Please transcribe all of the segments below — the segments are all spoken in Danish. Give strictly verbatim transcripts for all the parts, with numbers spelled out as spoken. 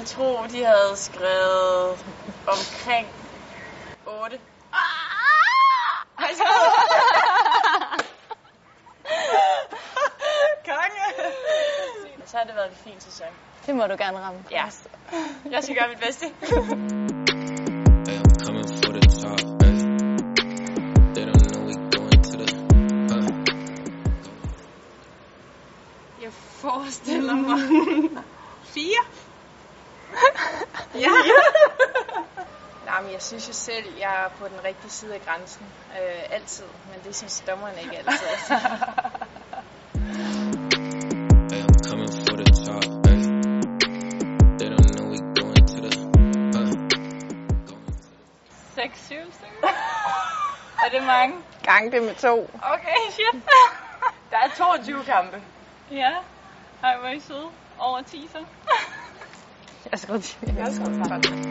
tro, de havde skrevet omkring otte. Ej, så konge! Så har det været en fin sæson. Det må du gerne ramme. Ja, jeg skal gøre mit bedste. Jeg forestiller mig fire. Ja. Nej, men jeg synes jo selv, jeg er på den rigtige side af grænsen. Øh, altid. Men det synes dommerne ikke altid. seks syv stykker. Er det mange? Gang det med to. Okay, shit. Der er toogtyve kampe. Ja. Ej, hvor er I søde. Over ti så. Jeg skal til. Jeg skal til.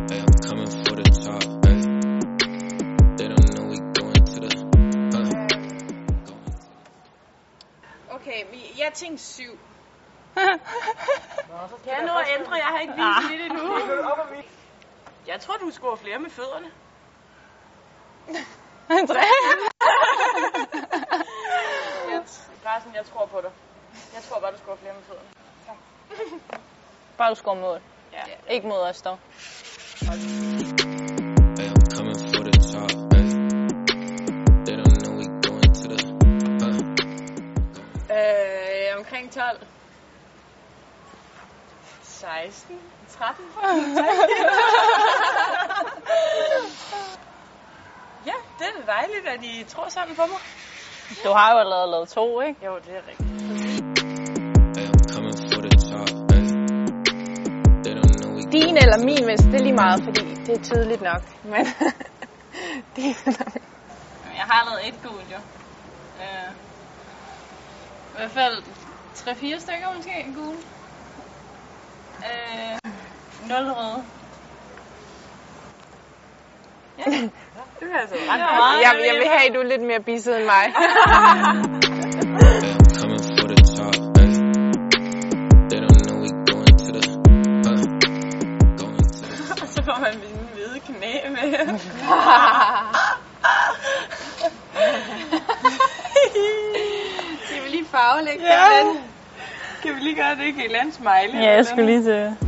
Okay, jeg tænkte syv. Kan jeg nå at ændre? Jeg har ikke vist lidt endnu. Jeg tror, du scorer flere med fødderne. Tre. Carsten, jeg tror på dig. Jeg tror bare, du scorer flere med fødderne. Tak. Bare du scorer mål. Ja. Ikke mod os dog. Øh, omkring tolv. seksten. tretten. Ja, det er da dejligt, at I tror sådan på mig. Du har jo allerede lavet to, ikke? Jo, det er rigtigt. Din eller min vest, det er lige meget, fordi det er tydeligt nok. Men din eller min. Jeg har lavet et gult, jo. Øh, I hvert fald tre fire stykker måske gule. Øh, nul røde. Ja, det er altså ret meget. Jeg, jeg vil have, at du er lidt mere bisset end mig. Og så får man mine hvide knæ med. Skal vi lige farvelægge ja. den? Kan vi lige gøre det? Kan I lade en smiley? Ja, jeg skulle lige til.